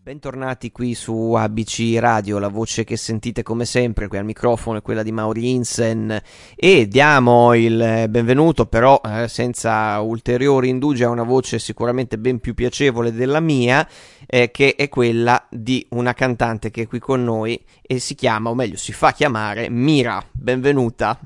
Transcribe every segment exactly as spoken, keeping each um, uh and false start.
Bentornati qui su A B C Radio, la voce che sentite come sempre qui al microfono è quella di Mauri Insen e diamo il benvenuto però eh, senza ulteriori indugi a una voce sicuramente ben più piacevole della mia, eh, che è quella di una cantante che è qui con noi e si chiama, o meglio si fa chiamare, Mira. Benvenuta.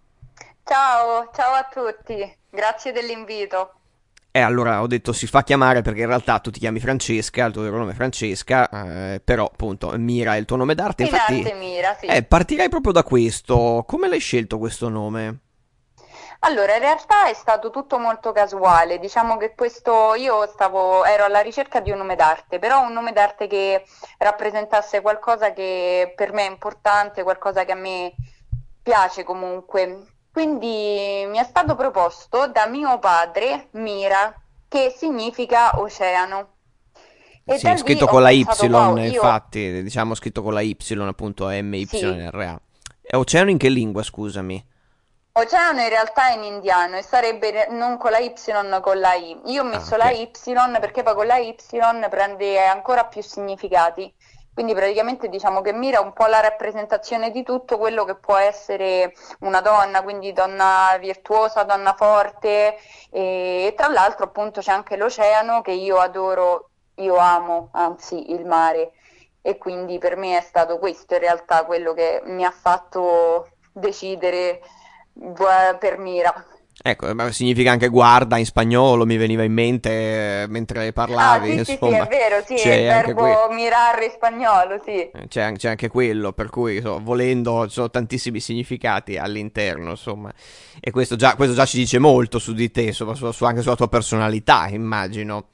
Ciao, ciao a tutti, grazie dell'invito. E allora ho detto si fa chiamare perché in realtà tu ti chiami Francesca, il tuo vero nome è Francesca, eh, però appunto Mira è il tuo nome d'arte. In Infatti, arte Mira, sì. eh, partirei proprio da questo. Come l'hai scelto questo nome? Allora, in realtà è stato tutto molto casuale, diciamo che questo io stavo, ero alla ricerca di un nome d'arte, però un nome d'arte che rappresentasse qualcosa che per me è importante, qualcosa che a me piace comunque. Quindi mi è stato proposto da mio padre Mira, che significa oceano. E Sì, da è lì scritto ho con la Y, pensato, wow, io infatti, diciamo scritto con la Y, appunto sì. M Y R A. E oceano in che lingua, scusami? Oceano in realtà è in indiano e sarebbe non con la Y, con la I. Io ho Ah, messo ok. la Y perché poi con la Y prende ancora più significati. Quindi praticamente diciamo che mira un po' la rappresentazione di tutto quello che può essere una donna, quindi donna virtuosa, donna forte e, e tra l'altro appunto c'è anche l'oceano che io adoro, io amo, anzi il mare e quindi per me è stato questo in realtà quello che mi ha fatto decidere Gua- per Mira. Ecco, ma significa anche guarda in spagnolo, mi veniva in mente eh, mentre Ah, parlavi, sì, sì, sì, è insomma, vero, sì, è il c'è anche qui. verbo mirare in spagnolo, sì. Eh, C'è, an- c'è anche quello, per cui so, volendo ci sono tantissimi significati all'interno, insomma. E questo già, questo già ci dice molto su di te, insomma, su- su- anche sulla tua personalità, immagino.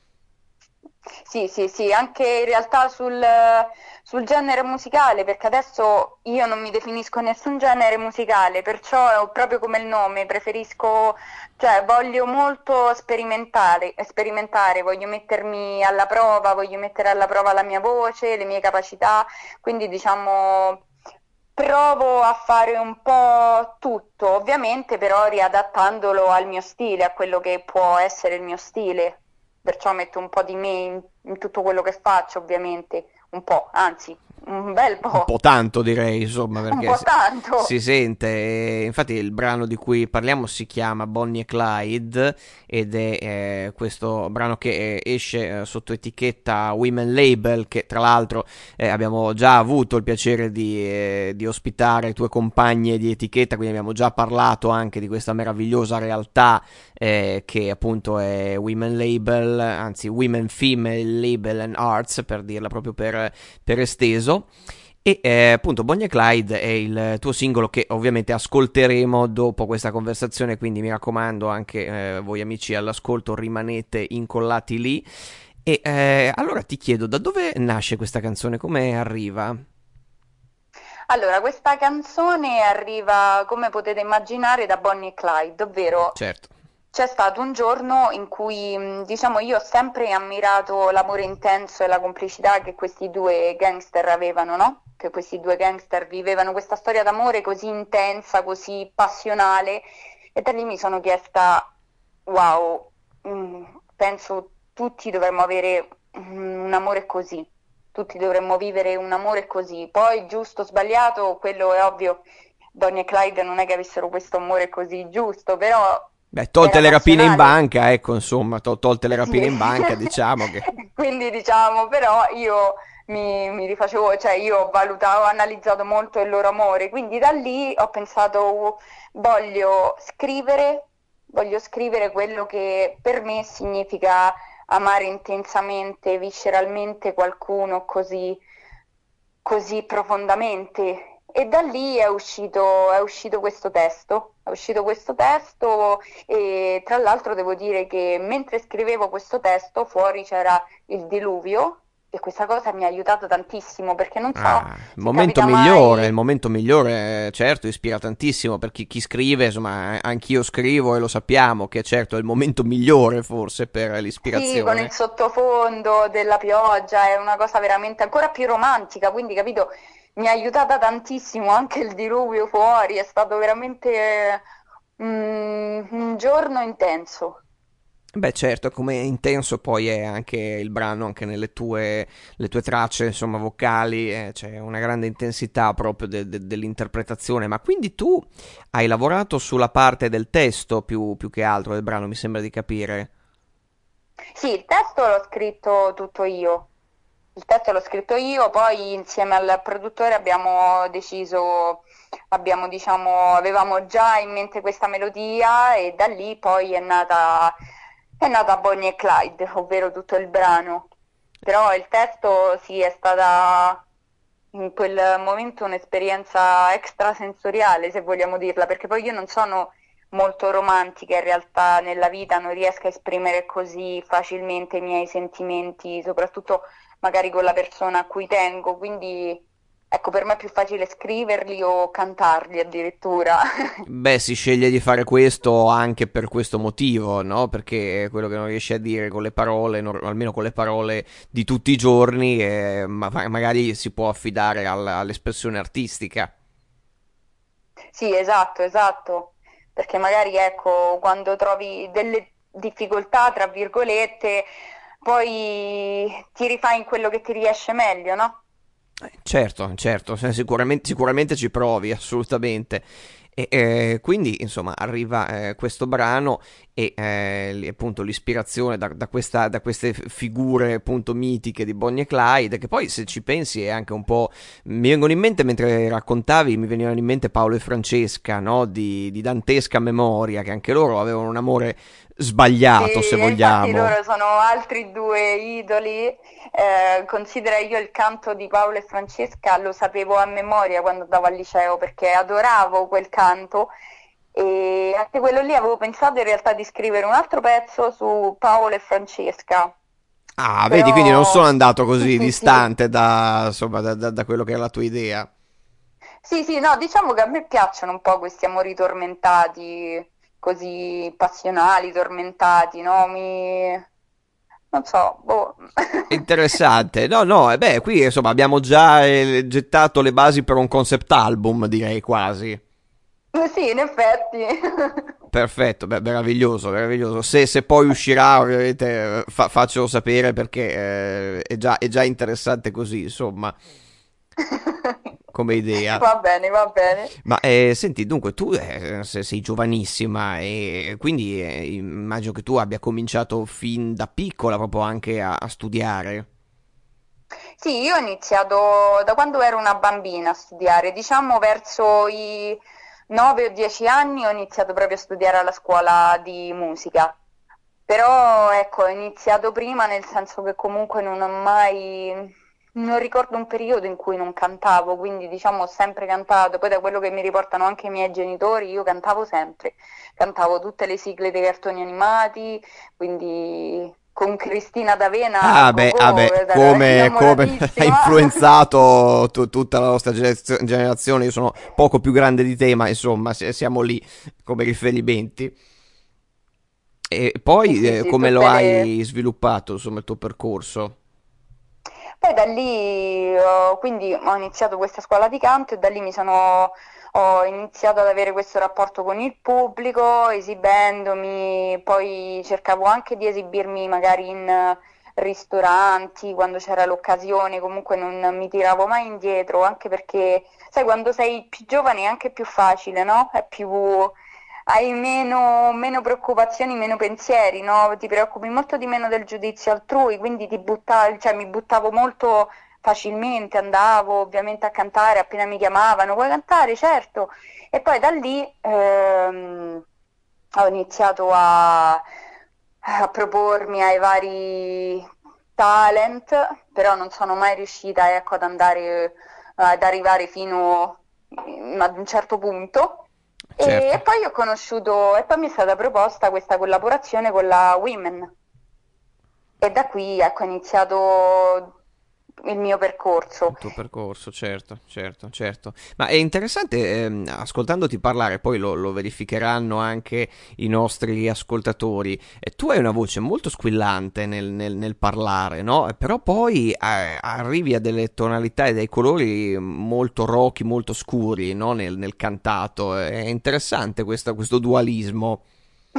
Sì, sì, sì, anche in realtà sul, sul genere musicale, perché adesso io non mi definisco nessun genere musicale, perciò è proprio come il nome, preferisco, cioè voglio molto sperimentare, sperimentare, voglio mettermi alla prova, voglio mettere alla prova la mia voce, le mie capacità, quindi diciamo provo a fare un po' tutto, ovviamente però riadattandolo al mio stile, a quello che può essere il mio stile. Perciò metto un po' di me in, in tutto quello che faccio, ovviamente, un po', anzi, un bel Un po' po', tanto direi, insomma, un perché po' si, si tanto. sente. E infatti il brano di cui parliamo si chiama Bonnie e Clyde ed è eh, questo brano che eh, esce eh, sotto etichetta Women Label, che tra l'altro eh, abbiamo già avuto il piacere di, eh, di ospitare tue compagne di etichetta, quindi abbiamo già parlato anche di questa meravigliosa realtà eh, che appunto è Women Label, anzi Women Female Label and Arts, per dirla proprio per, per esteso. E eh, appunto Bonnie e Clyde è il tuo singolo che ovviamente ascolteremo dopo questa conversazione, quindi mi raccomando anche eh, voi amici all'ascolto rimanete incollati lì. E eh, allora ti chiedo da dove nasce questa canzone, come arriva? Allora, questa canzone arriva, come potete immaginare, da Bonnie e Clyde, ovvero Certo. c'è stato un giorno in cui, mh, diciamo, io ho sempre ammirato l'amore intenso e la complicità che questi due gangster avevano, no? Che questi due gangster vivevano questa storia d'amore così intensa, così passionale, e da lì mi sono chiesta, wow, mh, penso tutti dovremmo avere mm, un amore così, tutti dovremmo vivere un amore così. Poi, giusto o sbagliato, quello è ovvio, Bonnie e Clyde non è che avessero questo amore così giusto, però Beh, tolte era le rapine in passionale. banca, ecco, insomma, to- tolte le Sì, rapine in banca, diciamo che... quindi diciamo, però io mi, mi rifacevo, cioè io valutavo, ho analizzato molto il loro amore, quindi da lì ho pensato, "Oh, voglio scrivere, voglio scrivere quello che per me significa amare intensamente, visceralmente qualcuno così, così profondamente. E da lì è uscito, è uscito questo testo, è uscito questo testo e tra l'altro devo dire che mentre scrivevo questo testo fuori c'era il diluvio e questa cosa mi ha aiutato tantissimo perché non so Ah, il se momento capita migliore, il mai. momento migliore, eh, certo, ispira tantissimo per chi, chi scrive, insomma, eh, anch'io scrivo e lo sappiamo che certo è il momento migliore forse per Sì, con il l'ispirazione. sottofondo della pioggia è una cosa veramente ancora più romantica, quindi capito, mi ha aiutata tantissimo anche il diluvio fuori, è stato veramente eh, un, un giorno intenso. Beh, certo, come intenso poi è anche il brano, anche nelle tue, le tue tracce, insomma, vocali, eh, c'è una grande intensità proprio de- de- dell'interpretazione. Ma quindi tu hai lavorato sulla parte del testo più, più che altro del brano, mi sembra di capire. Sì, il testo l'ho scritto tutto io. Il testo l'ho scritto io, poi insieme al produttore abbiamo deciso, abbiamo, diciamo, avevamo già in mente questa melodia e da lì poi è nata, è nata Bonnie e Clyde, ovvero tutto il brano. Però il testo sì, è stata in quel momento un'esperienza extrasensoriale, se vogliamo dirla, perché poi io non sono molto romantica in realtà nella vita, non riesco a esprimere così facilmente i miei sentimenti, soprattutto magari con la persona a cui tengo, quindi ecco, per me è più facile scriverli o cantarli addirittura. Beh, si sceglie di fare questo anche per questo motivo, no? Perché è quello che non riesci a dire con le parole, no- almeno con le parole di tutti i giorni, eh, ma magari si può affidare all- all'espressione artistica. Sì, esatto, esatto, perché magari ecco, quando trovi delle difficoltà, tra virgolette, poi ti rifai in quello che ti riesce meglio, no? Eh, Certo, certo, se- sicuramente, sicuramente ci provi, assolutamente. E eh, quindi, insomma, arriva eh, questo brano e eh, li- appunto l'ispirazione da, da questa- da queste f- figure appunto mitiche di Bonnie e Clyde, che poi se ci pensi è anche un po'. Mi vengono in mente mentre raccontavi, mi venivano in mente Paolo e Francesca, no? Di, di dantesca memoria, che anche loro avevano un amore Sì, sbagliato, se e infatti vogliamo. loro sono altri due idoli. Eh, considera io il canto di Paolo e Francesca, lo sapevo a memoria quando andavo al liceo perché adoravo quel canto e anche quello lì avevo pensato in realtà di scrivere un altro pezzo su Paolo e Francesca, Ah, vedi, quindi non sono però andato sì, così sì, sì. distante da, insomma, da, da- da quello che era la tua idea. Sì, sì, no, diciamo che a me piacciono un po' questi amori tormentati, così passionali, tormentati, no? Mi... non so, boh. Interessante. No, no, e beh, qui insomma abbiamo già eh, gettato le basi per un concept album, direi quasi. Sì, in effetti. Perfetto, beh, meraviglioso, meraviglioso. Se, se poi uscirà, ovviamente, eh, fa- faccelo sapere perché eh, è già, è già interessante così, insomma, come idea. Va bene, va bene. Ma eh, senti, dunque, tu eh, se- sei giovanissima e quindi eh, immagino che tu abbia cominciato fin da piccola proprio anche a, a studiare. Sì, io ho iniziato da quando ero una bambina a studiare, diciamo verso i nove o dieci anni ho iniziato proprio a studiare alla scuola di musica. Però ecco, ho iniziato prima nel senso che comunque non ho mai, non ricordo un periodo in cui non cantavo, quindi diciamo ho sempre cantato, poi da quello che mi riportano anche i miei genitori, io cantavo sempre, cantavo tutte le sigle dei cartoni animati, quindi con Cristina D'Avena a Ah, beh, ah, go-go, beh, ero come, come ha innamoratissima. influenzato tu- tutta la nostra genez- generazione. Io sono poco più grande di te, ma insomma, si- siamo lì come riferimenti. E Sì, poi sì, eh, sì, come lo tutte le... hai sviluppato, insomma, il tuo percorso? Poi da lì ho, quindi ho iniziato questa scuola di canto e da lì mi sono, ho iniziato ad avere questo rapporto con il pubblico, esibendomi, poi cercavo anche di esibirmi magari in eh, ristoranti quando c'era l'occasione, comunque non mi tiravo mai indietro, anche perché, sai, quando sei più giovane è anche più facile, no? È più hai meno, meno preoccupazioni, meno pensieri, no? Ti preoccupi molto di meno del giudizio altrui, quindi ti butta- cioè, mi buttavo molto facilmente, andavo ovviamente a cantare appena mi chiamavano, vuoi cantare? Certo. E poi da lì ehm, ho iniziato a, a propormi ai vari talent, però non sono mai riuscita, ecco, ad andare, ad arrivare fino ad un certo punto. E, Certo. e poi ho conosciuto, e poi mi è stata proposta questa collaborazione con la Women e da qui ecco, è iniziato il mio Il percorso. tuo percorso, certo, certo, certo. Ma è interessante, ehm, ascoltandoti parlare, poi lo, lo verificheranno anche i nostri ascoltatori. E tu hai una voce molto squillante nel, nel- nel parlare, no? Però poi eh, arrivi a delle tonalità e dei colori molto rocky, molto scuri, no? Nel, nel cantato. È interessante questa- questo dualismo.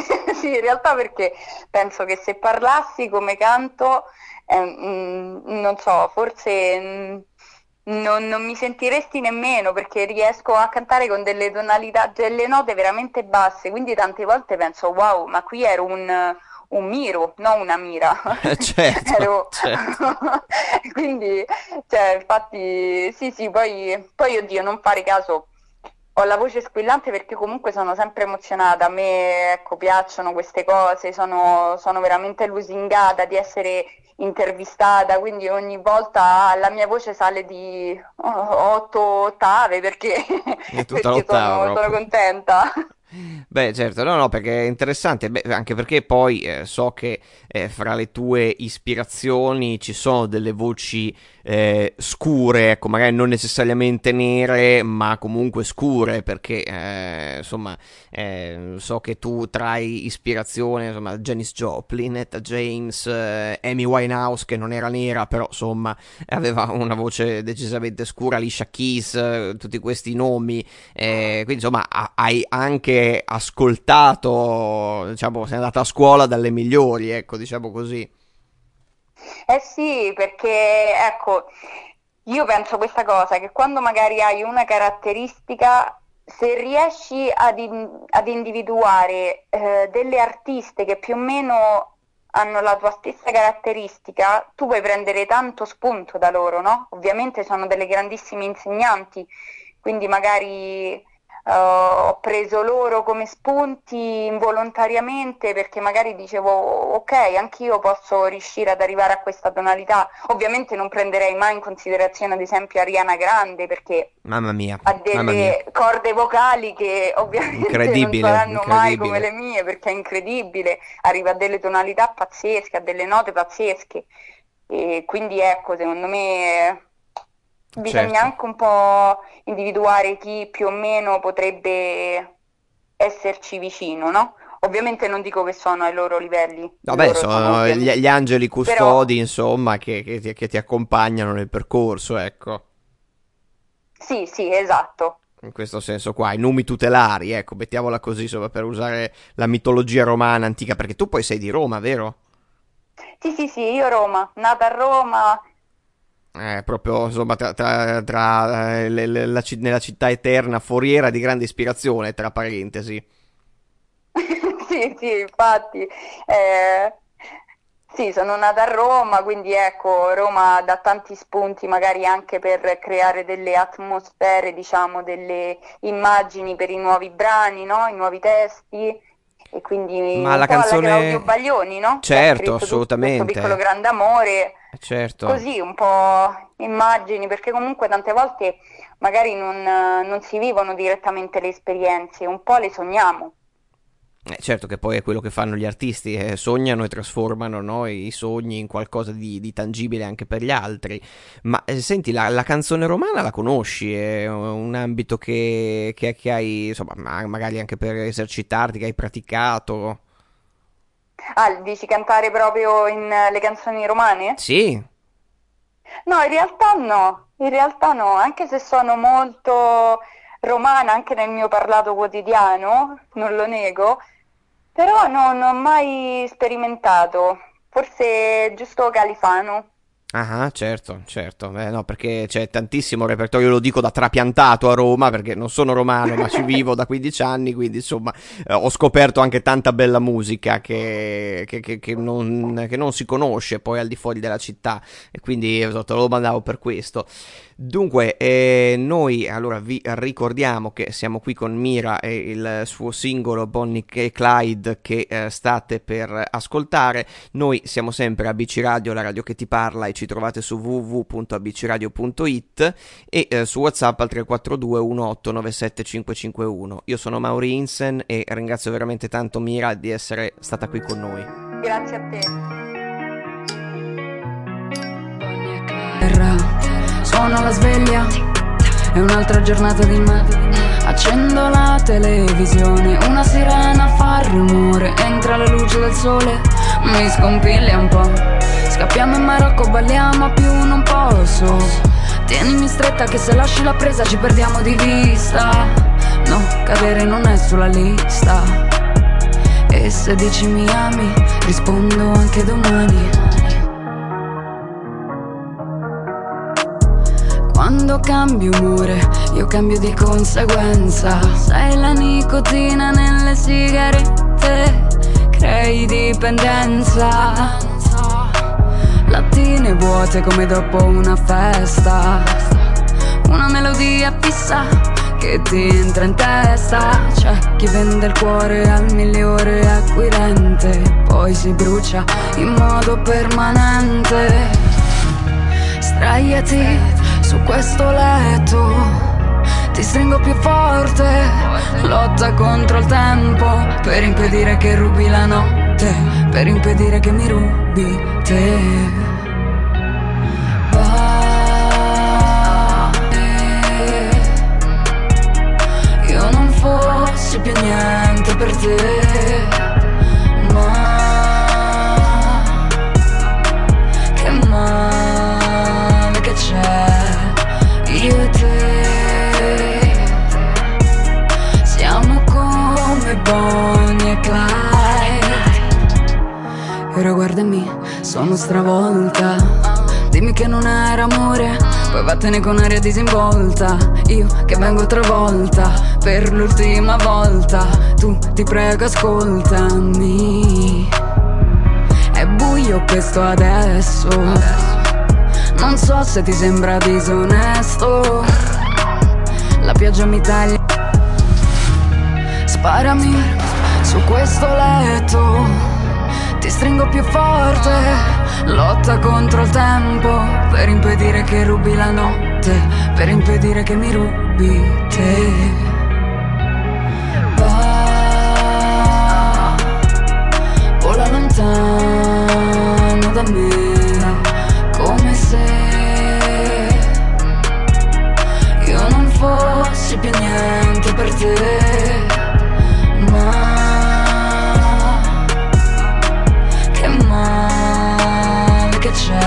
sì, in realtà perché penso che se parlassi come canto, eh, mm, non so, forse mm, non, non mi sentiresti nemmeno perché riesco a cantare con delle tonalità, delle note veramente basse, quindi tante volte penso, wow, ma qui ero un, un Miro, non una Mira. Certo, Ero... certo. Quindi, cioè, infatti, sì, sì, poi, poi, oddio, non fare caso. Ho la voce squillante perché comunque sono sempre emozionata, a me ecco, piacciono queste cose, sono, sono veramente lusingata di essere intervistata, quindi ogni volta la mia voce sale di oh, otto ottave perché, È tutta perché l'ottava sono, sono proprio. contenta. Beh, certo, no, no, perché è interessante, beh, anche perché poi eh, so che eh, fra le tue ispirazioni ci sono delle voci eh, scure, ecco, magari non necessariamente nere, ma comunque scure, perché eh, insomma eh, so che tu trai ispirazione, insomma, Janis Joplin, Etta James, eh, Amy Winehouse, che non era nera, però insomma aveva una voce decisamente scura, Alicia Keys, eh, tutti questi nomi. Eh, quindi insomma ha- hai anche ascoltato, diciamo, sei andata a scuola dalle migliori, ecco, diciamo così. Eh sì, perché ecco, io penso questa cosa, che quando magari hai una caratteristica, se riesci ad, in- ad individuare eh, delle artiste che più o meno hanno la tua stessa caratteristica, tu puoi prendere tanto spunto da loro, no? Ovviamente sono delle grandissime insegnanti, quindi magari eh, ho preso loro come spunti involontariamente perché magari dicevo ok, anch'io posso riuscire ad arrivare a questa tonalità. Ovviamente non prenderei mai in considerazione ad esempio Ariana Grande perché Mamma mia, ha mamma mia, delle corde vocali che ovviamente non incredibile, saranno mai come incredibile. le mie perché è incredibile, arriva a delle tonalità pazzesche, a delle note pazzesche. E quindi ecco, secondo me bisogna Certo. anche un po' individuare chi più o meno potrebbe esserci vicino, no? Ovviamente non dico che sono ai loro livelli, Vabbè, loro sono sono gli, gli ovviamente, angeli però custodi, insomma, che, che ti, che ti accompagnano nel percorso, ecco. sì, sì, esatto. In questo senso qua, i numi tutelari, ecco, mettiamola così, insomma, per usare la mitologia romana antica, perché tu poi sei di Roma, vero? Sì, sì, sì, io Roma, nata a Roma. Eh, proprio insomma tra, tra, tra, eh, le- le- la ci- nella città eterna, foriera di grande ispirazione, tra parentesi. Sì, sì, infatti, eh, sì, sono nata a Roma, quindi ecco, Roma dà tanti spunti magari anche per creare delle atmosfere, diciamo, delle immagini per i nuovi brani, no? I nuovi testi, e quindi Ma un la po' alla Claudio canzone... Baglioni, no? Che ha Certo, scritto tutto questo piccolo assolutamente. grande amore, Certo. così un po' immagini, perché comunque tante volte magari non, non si vivono direttamente le esperienze, un po' le sogniamo. Eh, certo che poi è quello che fanno gli artisti, eh, sognano e trasformano, no, i sogni in qualcosa di, di tangibile anche per gli altri. Ma eh, senti, la, la canzone romana la conosci? È un ambito che, che- che hai, insomma, ma- magari anche per esercitarti, che hai praticato? Ah, dici cantare proprio in eh, le canzoni romane? Sì. No, in realtà no, in realtà no, anche se sono molto romana anche nel mio parlato quotidiano, non lo nego, però no, non ho mai sperimentato, forse giusto Califano. Ah, certo, certo. Eh, no, perché c'è tantissimo repertorio, io lo dico da trapiantato a Roma, perché non sono romano, ma ci vivo da quindici anni, quindi insomma eh, ho scoperto anche tanta bella musica che, che- che- che non, che non si conosce poi al di fuori della città, e quindi eh, te lo mandavo per questo. Dunque, eh, noi allora vi ricordiamo che siamo qui con Mira e il suo singolo Bonnie e Clyde che eh, state per ascoltare. Noi siamo sempre a B C Radio, la radio che ti parla, e ci trovate su w w w punto a b c radio punto i t e eh, su WhatsApp al tre quattro due uno otto nove sette cinque cinque uno. Io sono Mauri Insen e ringrazio veramente tanto Mira di essere stata qui con noi. Grazie a te. Terra, suona la sveglia, è un'altra giornata di me. Accendo la televisione, una sirena fa rumore, entra la luce del sole, mi scompiglia un po'. Scappiamo in Marocco, balliamo, più non posso. Tienimi stretta che se lasci la presa ci perdiamo di vista. No, cadere non è sulla lista. E se dici mi ami, rispondo anche domani. Quando cambi umore, io cambio di conseguenza. Sei la nicotina nelle sigarette, crei dipendenza. Lattine vuote come dopo una festa, una melodia fissa che ti entra in testa. C'è chi vende il cuore al migliore acquirente, poi si brucia in modo permanente. Sdraiati su questo letto, ti stringo più forte, lotta contro il tempo per impedire che rubi la notte, per impedire che mi rubi te. Io non fossi più niente per te, ma che male che c'è, io e te siamo come Bonnie e Clyde. E ora guardami, sono stravolta. Dimmi che non era amore, poi vattene con aria disinvolta. Io che vengo travolta per l'ultima volta. Tu ti prego ascoltami. È buio questo adesso, non so se ti sembra disonesto. La pioggia mi taglia. Sparami su questo letto, ti stringo più forte, lotta contro il tempo per impedire che rubi la notte, per impedire che mi rubi te. Va, vola lontano da me, come se io non fossi più niente per te, ma che male che c'è,